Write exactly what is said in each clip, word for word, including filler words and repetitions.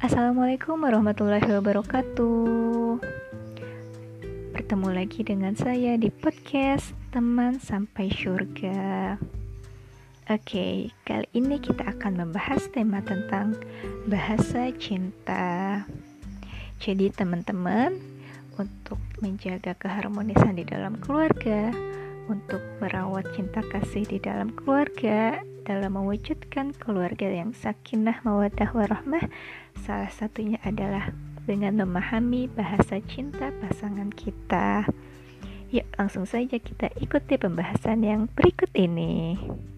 Assalamualaikum warahmatullahi wabarakatuh. Bertemu lagi dengan saya di podcast Teman Sampai Surga. Oke, kali ini kita akan membahas tema tentang bahasa cinta. Jadi teman-teman, untuk menjaga keharmonisan di dalam keluarga, untuk merawat cinta kasih di dalam keluarga, dalam mewujudkan keluarga yang sakinah mawaddah warahmah, salah satunya adalah dengan memahami bahasa cinta pasangan kita. Yuk, langsung saja kita ikuti pembahasan yang berikut ini.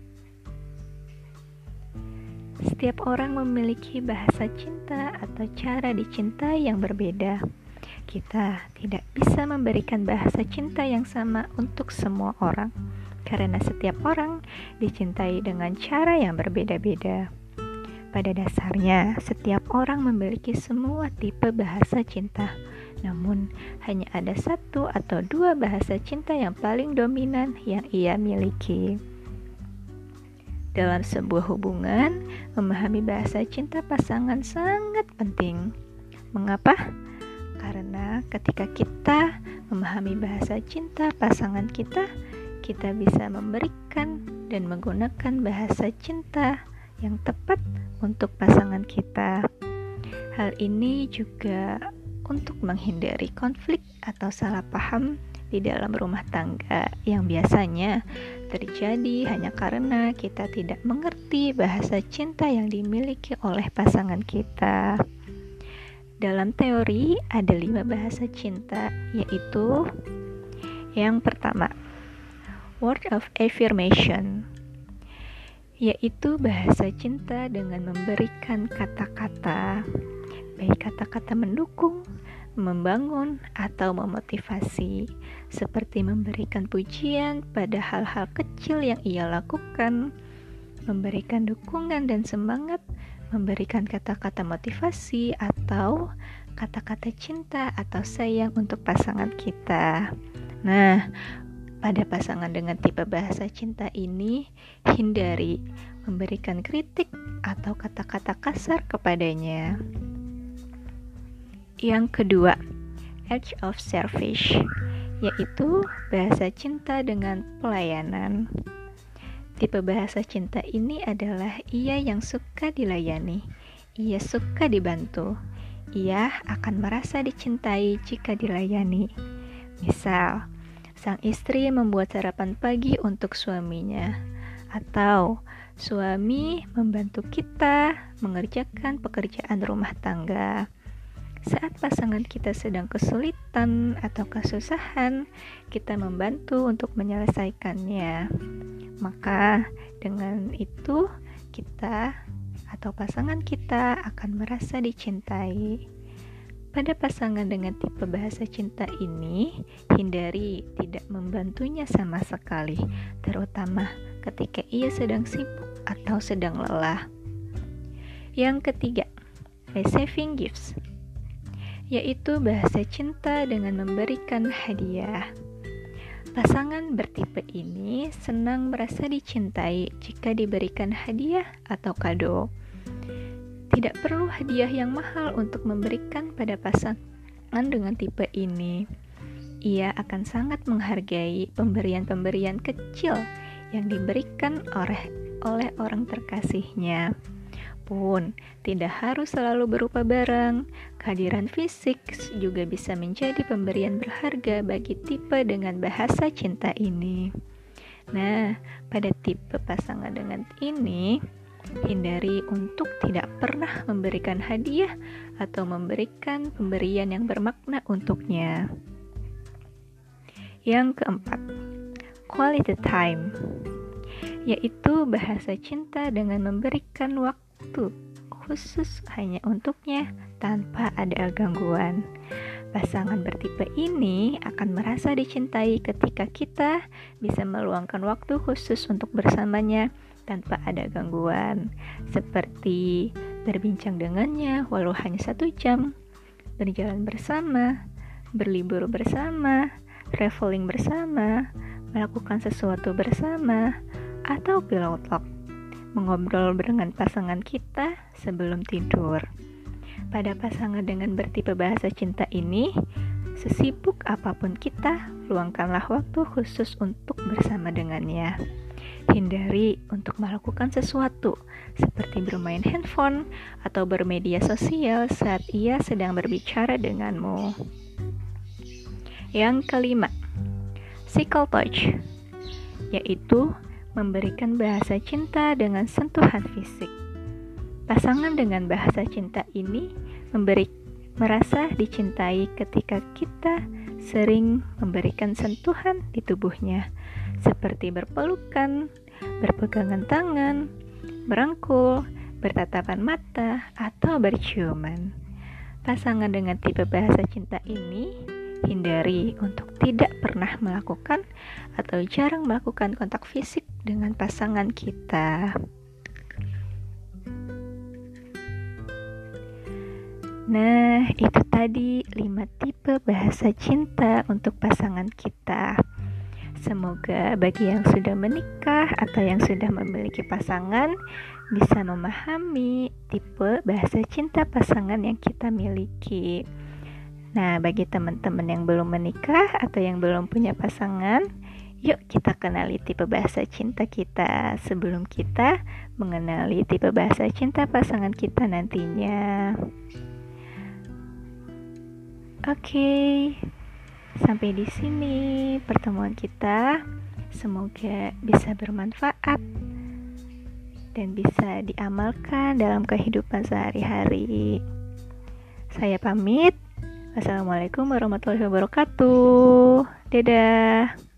Setiap orang memiliki bahasa cinta atau cara dicintai yang berbeda. Kita tidak bisa memberikan bahasa cinta yang sama untuk semua orang, karena setiap orang dicintai dengan cara yang berbeda-beda. Pada dasarnya, setiap orang memiliki semua tipe bahasa cinta. Namun, hanya ada satu atau dua bahasa cinta yang paling dominan yang ia miliki. Dalam sebuah hubungan, memahami bahasa cinta pasangan sangat penting. Mengapa? Karena ketika kita memahami bahasa cinta pasangan kita, kita bisa memberikan dan menggunakan bahasa cinta yang tepat untuk pasangan kita. Hal ini juga untuk menghindari konflik atau salah paham di dalam rumah tangga yang biasanya terjadi hanya karena kita tidak mengerti bahasa cinta yang dimiliki oleh pasangan kita. Dalam teori ada lima bahasa cinta, yaitu yang pertama, word of affirmation, yaitu bahasa cinta dengan memberikan kata-kata, baik kata-kata mendukung, membangun, atau memotivasi, seperti memberikan pujian pada hal-hal kecil yang ia lakukan, memberikan dukungan dan semangat, memberikan kata-kata motivasi atau kata-kata cinta atau sayang untuk pasangan kita. Nah, pada pasangan dengan tipe bahasa cinta ini, hindari memberikan kritik atau kata-kata kasar kepadanya. Yang kedua, acts of service, yaitu bahasa cinta dengan pelayanan. Tipe bahasa cinta ini adalah ia yang suka dilayani, ia suka dibantu, ia akan merasa dicintai jika dilayani. Misal, sang istri membuat sarapan pagi untuk suaminya, atau suami membantu kita mengerjakan pekerjaan rumah tangga. Saat pasangan kita sedang kesulitan atau kesusahan, kita membantu untuk menyelesaikannya. Maka dengan itu kita atau pasangan kita akan merasa dicintai. Pada pasangan dengan tipe bahasa cinta ini, hindari tidak membantunya sama sekali, terutama ketika ia sedang sibuk atau sedang lelah. Yang ketiga, receiving gifts, yaitu bahasa cinta dengan memberikan hadiah. Pasangan bertipe ini senang merasa dicintai jika diberikan hadiah atau kado. Tidak perlu hadiah yang mahal untuk memberikan pada pasangan dengan tipe ini. Ia akan sangat menghargai pemberian-pemberian kecil yang diberikan oleh oleh orang terkasihnya. Pun tidak harus selalu berupa barang. Kehadiran fisik juga bisa menjadi pemberian berharga bagi tipe dengan bahasa cinta ini. Nah, pada tipe pasangan dengan ini, hindari untuk tidak pernah memberikan hadiah atau memberikan pemberian yang bermakna untuknya. Yang keempat, quality time, yaitu bahasa cinta dengan memberikan waktu khusus hanya untuknya tanpa ada gangguan. Pasangan bertipe ini akan merasa dicintai ketika kita bisa meluangkan waktu khusus untuk bersamanya tanpa ada gangguan, seperti berbincang dengannya walau hanya satu jam, berjalan bersama, berlibur bersama, traveling bersama, melakukan sesuatu bersama, atau pillow talk, mengobrol dengan pasangan kita sebelum tidur. Pada pasangan dengan bertipe bahasa cinta ini, sesibuk apapun kita, luangkanlah waktu khusus untuk bersama dengannya. Hindari untuk melakukan sesuatu seperti bermain handphone atau bermedia sosial saat ia sedang berbicara denganmu. Yang kelima, physical touch, yaitu memberikan bahasa cinta dengan sentuhan fisik. Pasangan dengan bahasa cinta ini memberi merasa dicintai ketika kita sering memberikan sentuhan di tubuhnya, seperti berpelukan, berpegangan tangan, merangkul, bertatapan mata, atau berciuman. Pasangan dengan tipe bahasa cinta ini hindari untuk tidak pernah melakukan atau jarang melakukan kontak fisik dengan pasangan kita. Nah, itu tadi lima tipe bahasa cinta untuk pasangan kita. Semoga bagi yang sudah menikah atau yang sudah memiliki pasangan bisa memahami tipe bahasa cinta pasangan yang kita miliki. Nah, bagi teman-teman yang belum menikah atau yang belum punya pasangan, yuk kita kenali tipe bahasa cinta kita sebelum kita mengenali tipe bahasa cinta pasangan kita nantinya. Oke, sampai di sini pertemuan kita. Semoga bisa bermanfaat dan bisa diamalkan dalam kehidupan sehari-hari. Saya pamit. Wassalamualaikum warahmatullahi wabarakatuh. Dadah.